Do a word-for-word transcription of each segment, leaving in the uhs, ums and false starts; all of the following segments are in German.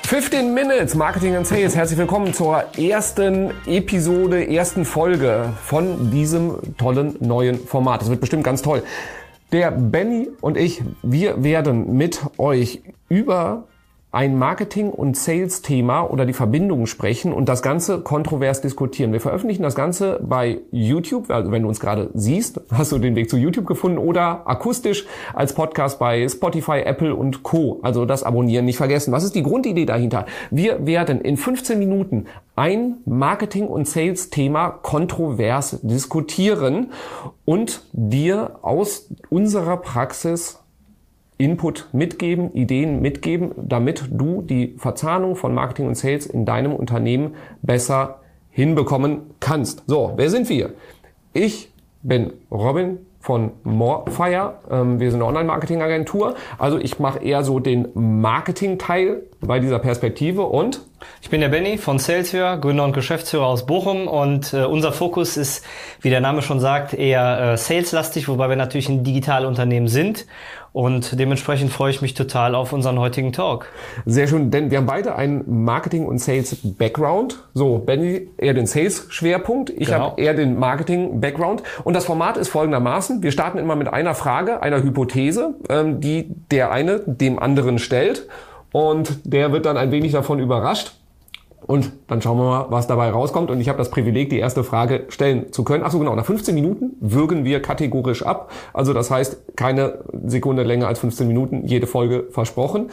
fünfzehn Minutes Marketing and Sales. Herzlich willkommen zur ersten Episode, ersten Folge von diesem tollen neuen Format. Das wird bestimmt ganz toll. Der Benny und ich, wir werden mit euch über ein Marketing- und Sales-Thema oder die Verbindungen sprechen und das Ganze kontrovers diskutieren. Wir veröffentlichen das Ganze bei YouTube, also wenn du uns gerade siehst, hast du den Weg zu YouTube gefunden, oder akustisch als Podcast bei Spotify, Apple und Co. Also das Abonnieren nicht vergessen. Was ist die Grundidee dahinter? Wir werden in fünfzehn Minuten ein Marketing- und Sales-Thema kontrovers diskutieren und dir aus unserer Praxis Input mitgeben, Ideen mitgeben, damit du die Verzahnung von Marketing und Sales in deinem Unternehmen besser hinbekommen kannst. So, wer sind wir? Ich bin Robin von Morefire. Wir sind eine Online-Marketing-Agentur. Also ich mache eher so den Marketing-Teil bei dieser Perspektive. Und ich bin der Benny von Salesware, Gründer und Geschäftsführer aus Bochum, und äh, unser Fokus ist, wie der Name schon sagt, eher äh, saleslastig, wobei wir natürlich ein Digitalunternehmen sind, und dementsprechend freue ich mich total auf unseren heutigen Talk. Sehr schön, denn wir haben beide einen Marketing- und Sales-Background. So, Benny eher den Sales-Schwerpunkt, ich genau. habe eher den Marketing-Background, und das Format ist folgendermaßen: Wir starten immer mit einer Frage, einer Hypothese, ähm, die der eine dem anderen stellt. Und der wird dann ein wenig davon überrascht. Und dann schauen wir mal, was dabei rauskommt. Und ich habe das Privileg, die erste Frage stellen zu können. Ach so, genau, nach fünfzehn Minuten würgen wir kategorisch ab. Also das heißt, keine Sekunde länger als fünfzehn Minuten, jede Folge versprochen.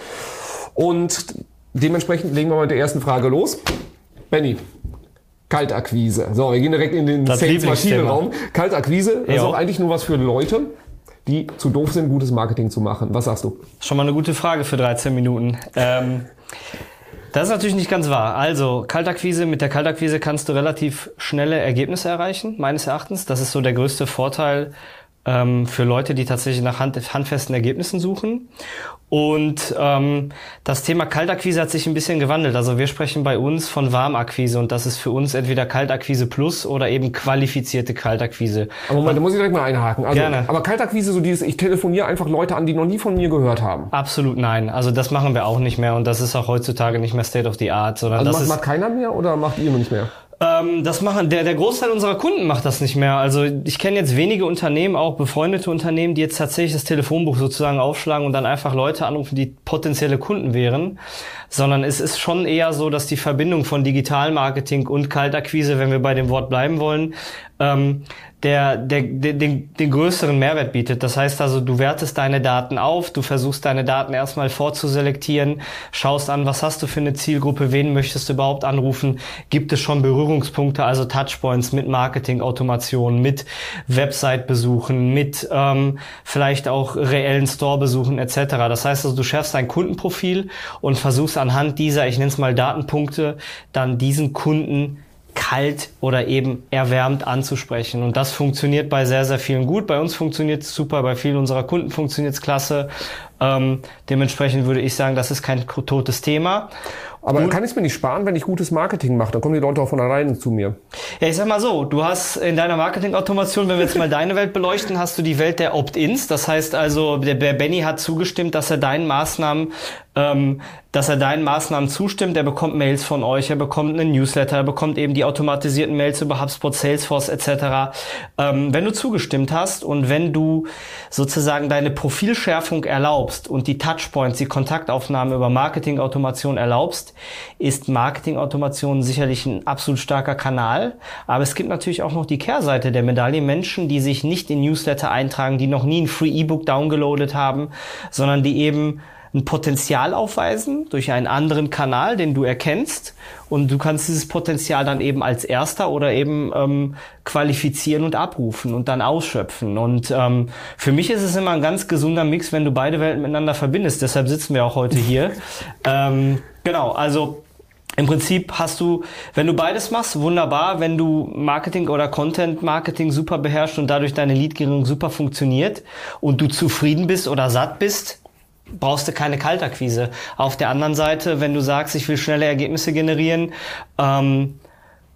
Und dementsprechend legen wir mal mit der ersten Frage los. Benny, Kaltakquise. So, wir gehen direkt in den Sales-Maschinenraum. Kaltakquise, das ist auch eigentlich nur was für Leute, die zu doof sind, gutes Marketing zu machen. Was sagst du? Schon mal eine gute Frage für dreizehn Minuten. Ähm, das ist natürlich nicht ganz wahr. Also Kaltakquise, mit der Kaltakquise kannst du relativ schnelle Ergebnisse erreichen, meines Erachtens. Das ist so der größte Vorteil ähm, für Leute, die tatsächlich nach hand, handfesten Ergebnissen suchen. Und ähm, das Thema Kaltakquise hat sich ein bisschen gewandelt. Also wir sprechen bei uns von Warmakquise, und das ist für uns entweder Kaltakquise Plus oder eben qualifizierte Kaltakquise. Aber Moment, da muss ich direkt mal einhaken. Also, Gerne. Aber Kaltakquise, so dieses, ich telefoniere einfach Leute an, die noch nie von mir gehört haben. Absolut nein. Also das machen wir auch nicht mehr, und das ist auch heutzutage nicht mehr State of the Art. Sondern also das macht, ist, macht keiner mehr oder macht ihr noch nicht mehr? Ähm, das machen, der, der Großteil unserer Kunden macht das nicht mehr. Also ich kenne jetzt wenige Unternehmen, auch befreundete Unternehmen, die jetzt tatsächlich das Telefonbuch sozusagen aufschlagen und dann einfach Leute anrufen, die potenzielle Kunden wären. Sondern es ist schon eher so, dass die Verbindung von Digitalmarketing und Kaltakquise, wenn wir bei dem Wort bleiben wollen, ähm, der, der, der den, den größeren Mehrwert bietet. Das heißt also, du wertest deine Daten auf, du versuchst deine Daten erstmal vorzuselektieren, schaust an, was hast du für eine Zielgruppe, wen möchtest du überhaupt anrufen, gibt es schon Berührungspunkte, also Touchpoints mit Marketing-Automation, mit Website-Besuchen, mit ähm, vielleicht auch reellen Store-Besuchen et cetera. Das heißt also, du schärfst dein Kundenprofil und versuchst anhand dieser, ich nenne es mal Datenpunkte, dann diesen Kunden kalt oder eben erwärmt anzusprechen. Und das funktioniert bei sehr, sehr vielen gut. Bei uns funktioniert es super, bei vielen unserer Kunden funktioniert es klasse. Ähm, dementsprechend würde ich sagen, das ist kein totes Thema. Aber Und, kann ich es mir nicht sparen, wenn ich gutes Marketing mache? Dann kommen die Leute auch von alleine zu mir. Ja, ich sag mal so, du hast in deiner Marketing-Automation, wenn wir jetzt mal deine Welt beleuchten, hast du die Welt der Opt-ins. Das heißt also, der Benny hat zugestimmt, dass er deinen Maßnahmen, ähm, dass er deinen Maßnahmen zustimmt. Er bekommt Mails von euch, er bekommt einen Newsletter, er bekommt eben die automatisierten Mails über HubSpot, Salesforce et cetera. Ähm, wenn du zugestimmt hast und wenn du sozusagen deine Profilschärfung erlaubst und die Touchpoints, die Kontaktaufnahme über Marketing-Automation erlaubst, ist Marketing-Automation sicherlich ein absolut starker Kanal. Aber es gibt natürlich auch noch die Kehrseite der Medaille. Menschen, die sich nicht in Newsletter eintragen, die noch nie ein Free E-Book downgeloadet haben, sondern die eben ein Potenzial aufweisen durch einen anderen Kanal, den du erkennst, und du kannst dieses Potenzial dann eben als Erster oder eben ähm, qualifizieren und abrufen und dann ausschöpfen. Und ähm, für mich ist es immer ein ganz gesunder Mix, wenn du beide Welten miteinander verbindest. Deshalb sitzen wir auch heute hier. ähm, genau, also im Prinzip hast du, wenn du beides machst, wunderbar. Wenn du Marketing oder Content-Marketing super beherrschst und dadurch deine Lead-Generierung super funktioniert und du zufrieden bist oder satt bist, brauchst du keine Kaltakquise. Auf der anderen Seite, wenn du sagst, ich will schnelle Ergebnisse generieren, ähm,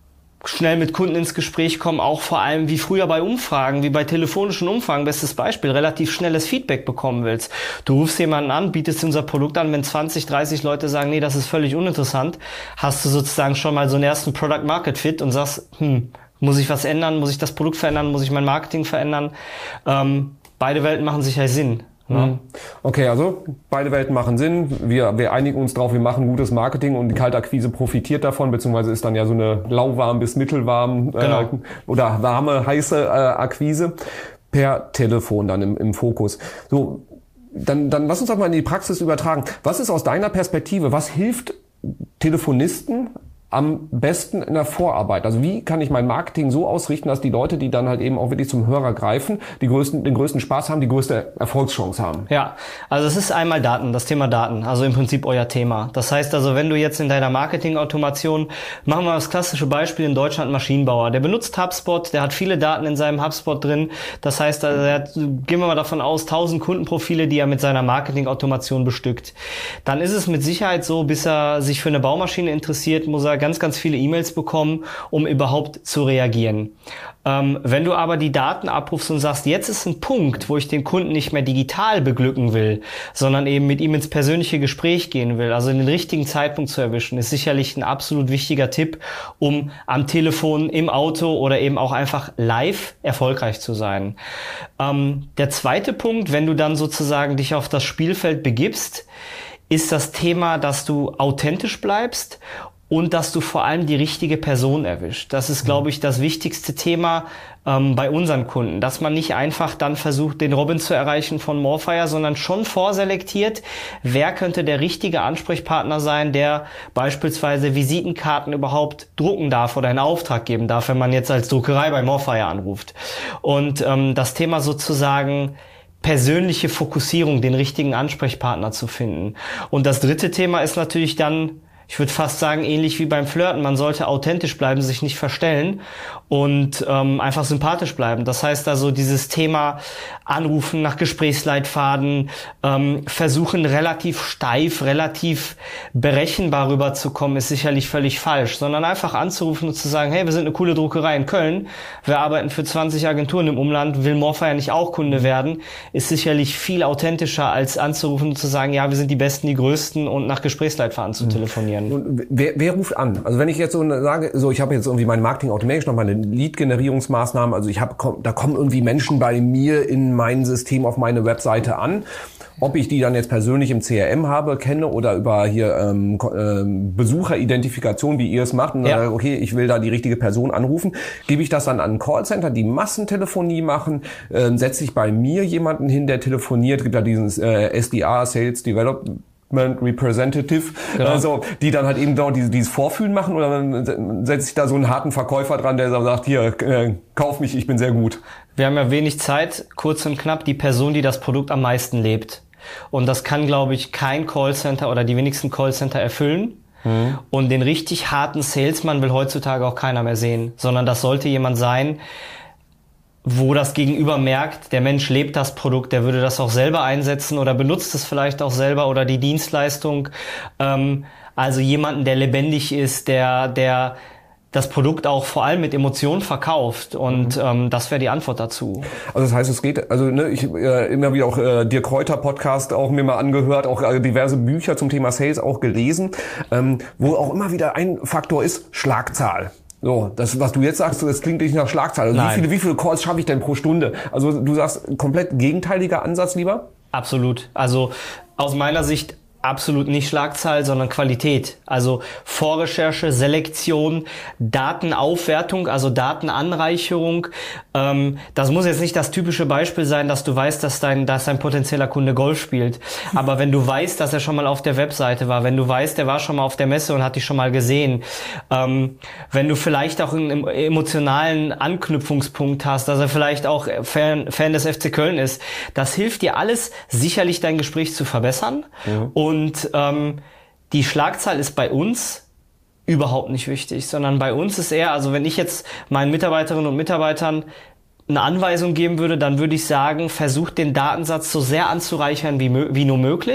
schnell mit Kunden ins Gespräch kommen, auch vor allem wie früher bei Umfragen, wie bei telefonischen Umfragen, bestes Beispiel, relativ schnelles Feedback bekommen willst. Du rufst jemanden an, bietest unser Produkt an, wenn zwanzig, dreißig Leute sagen, nee, das ist völlig uninteressant, hast du sozusagen schon mal so einen ersten Product Market Fit und sagst, hm, muss ich was ändern, muss ich das Produkt verändern, muss ich mein Marketing verändern? Ähm, beide Welten machen sicher Sinn. Ja. Okay, also beide Welten machen Sinn. Wir, wir einigen uns drauf, wir machen gutes Marketing und die Kaltakquise profitiert davon, beziehungsweise ist dann ja so eine lauwarm bis mittelwarm genau. äh, oder warme, heiße äh, Akquise per Telefon dann im, im Fokus. So, dann, dann lass uns doch mal in die Praxis übertragen. Was ist aus deiner Perspektive, was hilft Telefonisten am besten in der Vorarbeit? Also wie kann ich mein Marketing so ausrichten, dass die Leute, die dann halt eben auch wirklich zum Hörer greifen, die größten, den größten Spaß haben, die größte Erfolgschance haben? Ja, also es ist einmal Daten, das Thema Daten, also im Prinzip euer Thema. Das heißt also, wenn du jetzt in deiner Marketing-Automation, machen wir das klassische Beispiel in Deutschland, Maschinenbauer, der benutzt HubSpot, der hat viele Daten in seinem HubSpot drin. Das heißt, also er hat, gehen wir mal davon aus, tausend Kundenprofile, die er mit seiner Marketing-Automation bestückt. Dann ist es mit Sicherheit so, bis er sich für eine Baumaschine interessiert, muss er ganz, ganz viele E-Mails bekommen, um überhaupt zu reagieren. Ähm, wenn du aber die Daten abrufst und sagst, jetzt ist ein Punkt, wo ich den Kunden nicht mehr digital beglücken will, sondern eben mit ihm ins persönliche Gespräch gehen will, also den richtigen Zeitpunkt zu erwischen, ist sicherlich ein absolut wichtiger Tipp, um am Telefon, im Auto oder eben auch einfach live erfolgreich zu sein. Ähm, der zweite Punkt, wenn du dann sozusagen dich auf das Spielfeld begibst, ist das Thema, dass du authentisch bleibst und dass du vor allem die richtige Person erwischt. Das ist, glaube ich, das wichtigste Thema ähm, bei unseren Kunden, dass man nicht einfach dann versucht, den Robin zu erreichen von Morefire, sondern schon vorselektiert, wer könnte der richtige Ansprechpartner sein, der beispielsweise Visitenkarten überhaupt drucken darf oder einen Auftrag geben darf, wenn man jetzt als Druckerei bei Morefire anruft. Und ähm, das Thema sozusagen persönliche Fokussierung, den richtigen Ansprechpartner zu finden. Und das dritte Thema ist natürlich dann, ich würde fast sagen, ähnlich wie beim Flirten. Man sollte authentisch bleiben, sich nicht verstellen und ähm, einfach sympathisch bleiben. Das heißt also, dieses Thema Anrufen nach Gesprächsleitfaden, ähm, versuchen relativ steif, relativ berechenbar rüberzukommen, ist sicherlich völlig falsch, sondern einfach anzurufen und zu sagen, hey, wir sind eine coole Druckerei in Köln, wir arbeiten für zwanzig Agenturen im Umland, will Morefire nicht auch Kunde werden, ist sicherlich viel authentischer, als anzurufen und zu sagen, ja, wir sind die Besten, die Größten und nach Gesprächsleitfaden zu telefonieren. Und wer, wer ruft an? Also wenn ich jetzt so sage, so ich habe jetzt irgendwie mein Marketing Automation, noch meine Lead-Generierungsmaßnahmen, also ich habe, da kommen irgendwie Menschen bei mir in mein System auf meine Webseite an. Ob ich die dann jetzt persönlich im C R M habe, kenne oder über hier ähm, ähm, Besucheridentifikation, wie ihr es macht, und ja. äh, okay, ich will da die richtige Person anrufen, gebe ich das dann an ein Callcenter, die Massentelefonie machen, äh, setze ich bei mir jemanden hin, der telefoniert, gibt da diesen äh, S D R, Sales Development Representative, genau. Also die dann halt eben dort dieses, dieses Vorfühlen machen, oder dann setzt sich da so einen harten Verkäufer dran, der sagt, hier, äh, kauf mich, ich bin sehr gut. Wir haben ja wenig Zeit, kurz und knapp, die Person, die das Produkt am meisten lebt. Und das kann, glaube ich, kein Callcenter oder die wenigsten Callcenter erfüllen. Mhm. Und den richtig harten Salesman will heutzutage auch keiner mehr sehen, sondern das sollte jemand sein, wo das Gegenüber merkt, der Mensch lebt das Produkt, der würde das auch selber einsetzen oder benutzt es vielleicht auch selber oder die Dienstleistung. Ähm, also jemanden, der lebendig ist, der, der das Produkt auch vor allem mit Emotionen verkauft, und mhm. ähm, das wäre die Antwort dazu. Also das heißt, es geht, also ne, ich äh, immer wieder auch äh, Dirk Kräuter Podcast auch mir mal angehört, auch äh, diverse Bücher zum Thema Sales auch gelesen, ähm, wo auch immer wieder ein Faktor ist, Schlagzahl. So, das, was du jetzt sagst, das klingt nicht nach Schlagzahl. Also wie viele, wie viele Calls schaffe ich denn pro Stunde? Also du sagst, komplett gegenteiliger Ansatz lieber? Absolut. Also aus meiner Sicht absolut nicht Schlagzahl, sondern Qualität. Also Vorrecherche, Selektion, Datenaufwertung, also Datenanreicherung. Ähm, das muss jetzt nicht das typische Beispiel sein, dass du weißt, dass dein, dass dein potenzieller Kunde Golf spielt. Aber wenn du weißt, dass er schon mal auf der Webseite war, wenn du weißt, der war schon mal auf der Messe und hat dich schon mal gesehen, ähm, wenn du vielleicht auch einen emotionalen Anknüpfungspunkt hast, dass er vielleicht auch Fan, Fan des F C Köln ist, das hilft dir alles, sicherlich dein Gespräch zu verbessern. Mhm. Und Und ähm, die Schlagzahl ist bei uns überhaupt nicht wichtig, sondern bei uns ist eher, also wenn ich jetzt meinen Mitarbeiterinnen und Mitarbeitern eine Anweisung geben würde, dann würde ich sagen, versucht den Datensatz so sehr anzureichern wie, wie nur möglich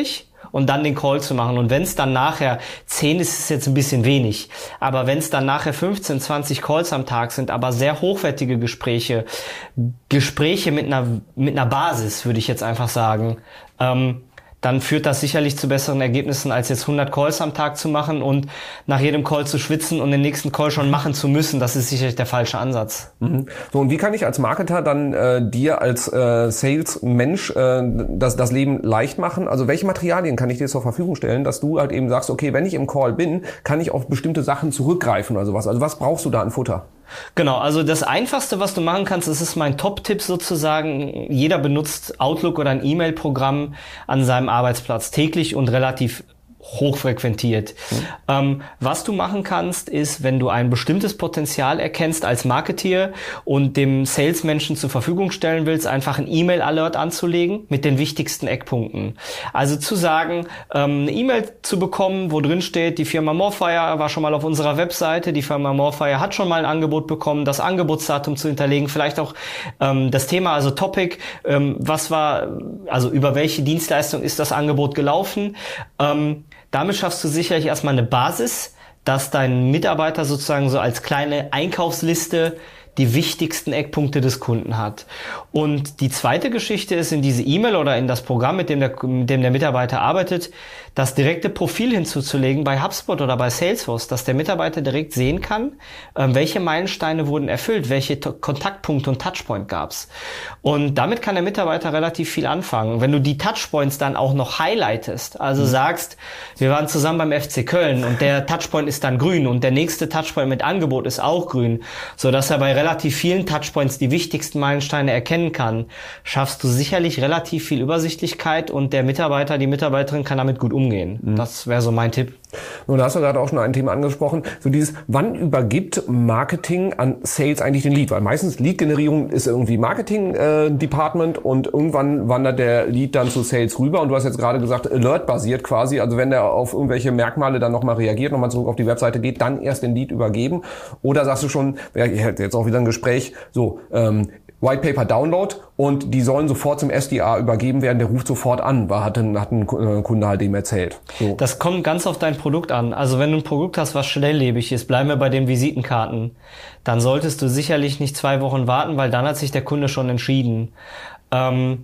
und dann den Call zu machen. Und wenn es dann nachher, zehn ist es jetzt ein bisschen wenig, aber wenn es dann nachher fünfzehn, zwanzig Calls am Tag sind, aber sehr hochwertige Gespräche, Gespräche mit einer, mit einer Basis, würde ich jetzt einfach sagen, ähm, dann führt das sicherlich zu besseren Ergebnissen, als jetzt hundert Calls am Tag zu machen und nach jedem Call zu schwitzen und den nächsten Call schon machen zu müssen. Das ist sicherlich der falsche Ansatz. Mhm. So, und wie kann ich als Marketer dann äh, dir als äh, Sales-Mensch äh, das, das Leben leicht machen? Also welche Materialien kann ich dir zur Verfügung stellen, dass du halt eben sagst, okay, wenn ich im Call bin, kann ich auf bestimmte Sachen zurückgreifen oder sowas? Also was brauchst du da an Futter? Genau, also das Einfachste, was du machen kannst, das ist mein Top-Tipp sozusagen. Jeder benutzt Outlook oder ein E-Mail-Programm an seinem Arbeitsplatz täglich und relativ hochfrequentiert. Mhm. Ähm, was du machen kannst, ist, wenn du ein bestimmtes Potenzial erkennst als Marketeer und dem Salesmenschen zur Verfügung stellen willst, einfach ein E-Mail-Alert anzulegen mit den wichtigsten Eckpunkten. Also zu sagen, ähm, eine E-Mail zu bekommen, wo drin steht, die Firma Morfire war schon mal auf unserer Webseite, die Firma Morfire hat schon mal ein Angebot bekommen, das Angebotsdatum zu hinterlegen, vielleicht auch ähm, das Thema, also Topic, ähm, was war, also über welche Dienstleistung ist das Angebot gelaufen, ähm, damit schaffst du sicherlich erstmal eine Basis, dass dein Mitarbeiter sozusagen so als kleine Einkaufsliste die wichtigsten Eckpunkte des Kunden hat. Und die zweite Geschichte ist in diese E-Mail oder in das Programm, mit dem der, mit dem der Mitarbeiter arbeitet, das direkte Profil hinzuzulegen bei HubSpot oder bei Salesforce, dass der Mitarbeiter direkt sehen kann, welche Meilensteine wurden erfüllt, welche Kontaktpunkte und Touchpoint gab's. Und damit kann der Mitarbeiter relativ viel anfangen. Wenn du die Touchpoints dann auch noch highlightest, also mhm. sagst, wir waren zusammen beim F C Köln und der Touchpoint ist dann grün und der nächste Touchpoint mit Angebot ist auch grün, sodass er bei relativ vielen Touchpoints die wichtigsten Meilensteine erkennen kann, schaffst du sicherlich relativ viel Übersichtlichkeit und der Mitarbeiter, die Mitarbeiterin kann damit gut umgehen. Mhm. Das wäre so mein Tipp. Nun, da hast du gerade auch schon ein Thema angesprochen, so dieses, wann übergibt Marketing an Sales eigentlich den Lead? Weil meistens Lead-Generierung ist irgendwie Marketing-Department äh, und irgendwann wandert der Lead dann zu Sales rüber und du hast jetzt gerade gesagt, Alert-basiert quasi, also wenn der auf irgendwelche Merkmale dann nochmal reagiert, nochmal zurück auf die Webseite geht, dann erst den Lead übergeben. Oder sagst du schon, ja, jetzt auch wieder ein Gespräch, so, ähm, White Paper Download und die sollen sofort zum S D R übergeben werden, der ruft sofort an, weil hat ein, hat ein Kunde halt dem erzählt. So. Das kommt ganz auf dein Produkt an. Also wenn du ein Produkt hast, was schnelllebig ist, bleiben wir bei den Visitenkarten, dann solltest du sicherlich nicht zwei Wochen warten, weil dann hat sich der Kunde schon entschieden. Ähm,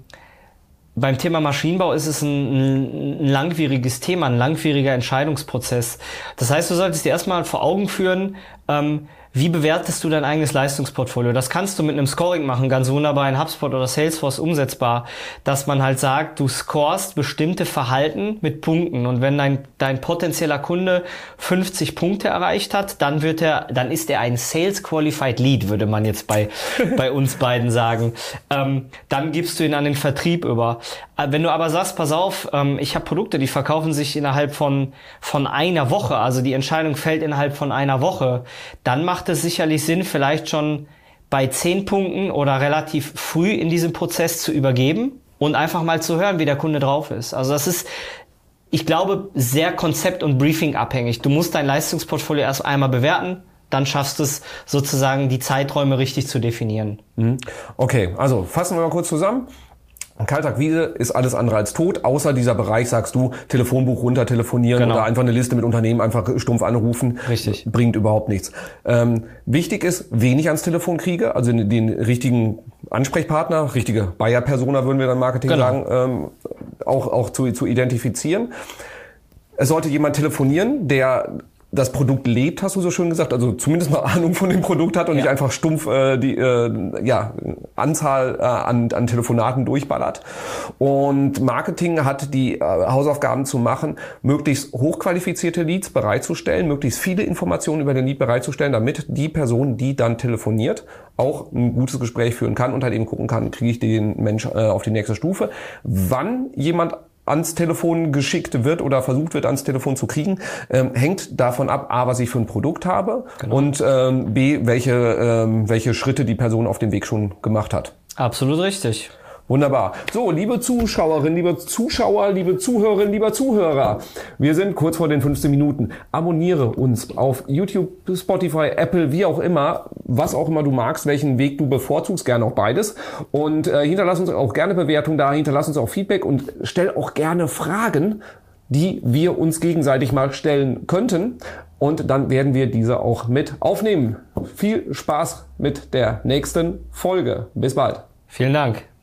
beim Thema Maschinenbau ist es ein, ein langwieriges Thema, ein langwieriger Entscheidungsprozess. Das heißt, du solltest dir erstmal vor Augen führen, ähm, wie bewertest du dein eigenes Leistungsportfolio? Das kannst du mit einem Scoring machen, ganz wunderbar in HubSpot oder Salesforce umsetzbar, dass man halt sagt, du scorest bestimmte Verhalten mit Punkten und wenn dein, dein potenzieller Kunde fünfzig Punkte erreicht hat, dann wird er, dann ist er ein Sales Qualified Lead, würde man jetzt bei, bei uns beiden sagen. Ähm, dann gibst du ihn an den Vertrieb über. Wenn du aber sagst, pass auf, ähm, ich habe Produkte, die verkaufen sich innerhalb von, von einer Woche, also die Entscheidung fällt innerhalb von einer Woche, dann macht es sicherlich Sinn, vielleicht schon bei zehn Punkten oder relativ früh in diesem Prozess zu übergeben und einfach mal zu hören, wie der Kunde drauf ist. Also das ist, ich glaube, sehr konzept- und briefing-abhängig. Du musst dein Leistungsportfolio erst einmal bewerten, dann schaffst du es sozusagen, die Zeiträume richtig zu definieren. Okay, also fassen wir mal kurz zusammen. Kaltakquise ist alles andere als tot, außer dieser Bereich, sagst du, Telefonbuch runter telefonieren genau. Oder einfach eine Liste mit Unternehmen einfach stumpf anrufen. Richtig. Bringt überhaupt nichts. Ähm, wichtig ist, wen ich ans Telefon kriege, also den, den richtigen Ansprechpartner, richtige Buyer-Persona würden wir dann Marketing genau. sagen, ähm, auch, auch zu, zu identifizieren. Es sollte jemand telefonieren, der das Produkt lebt, hast du so schön gesagt, also zumindest mal Ahnung von dem Produkt hat und ja. nicht einfach stumpf äh, die äh, ja, Anzahl äh, an, an Telefonaten durchballert. Und Marketing hat die äh, Hausaufgaben zu machen, möglichst hochqualifizierte Leads bereitzustellen, möglichst viele Informationen über den Lead bereitzustellen, damit die Person, die dann telefoniert, auch ein gutes Gespräch führen kann und halt eben gucken kann, kriege ich den Mensch äh, auf die nächste Stufe. Wann jemand ans Telefon geschickt wird oder versucht wird, ans Telefon zu kriegen, ähm, hängt davon ab, A, was ich für ein Produkt habe genau. und ähm, B, welche, ähm, welche Schritte die Person auf dem Weg schon gemacht hat. Absolut richtig. Wunderbar. So, liebe Zuschauerinnen, liebe Zuschauer, liebe Zuhörerinnen, lieber Zuhörer, wir sind kurz vor den fünfzehn Minuten. Abonniere uns auf YouTube, Spotify, Apple, wie auch immer, was auch immer du magst, welchen Weg du bevorzugst, gerne auch beides. Und äh, hinterlass uns auch gerne Bewertungen da, hinterlass uns auch Feedback und stell auch gerne Fragen, die wir uns gegenseitig mal stellen könnten. Und dann werden wir diese auch mit aufnehmen. Viel Spaß mit der nächsten Folge. Bis bald. Vielen Dank.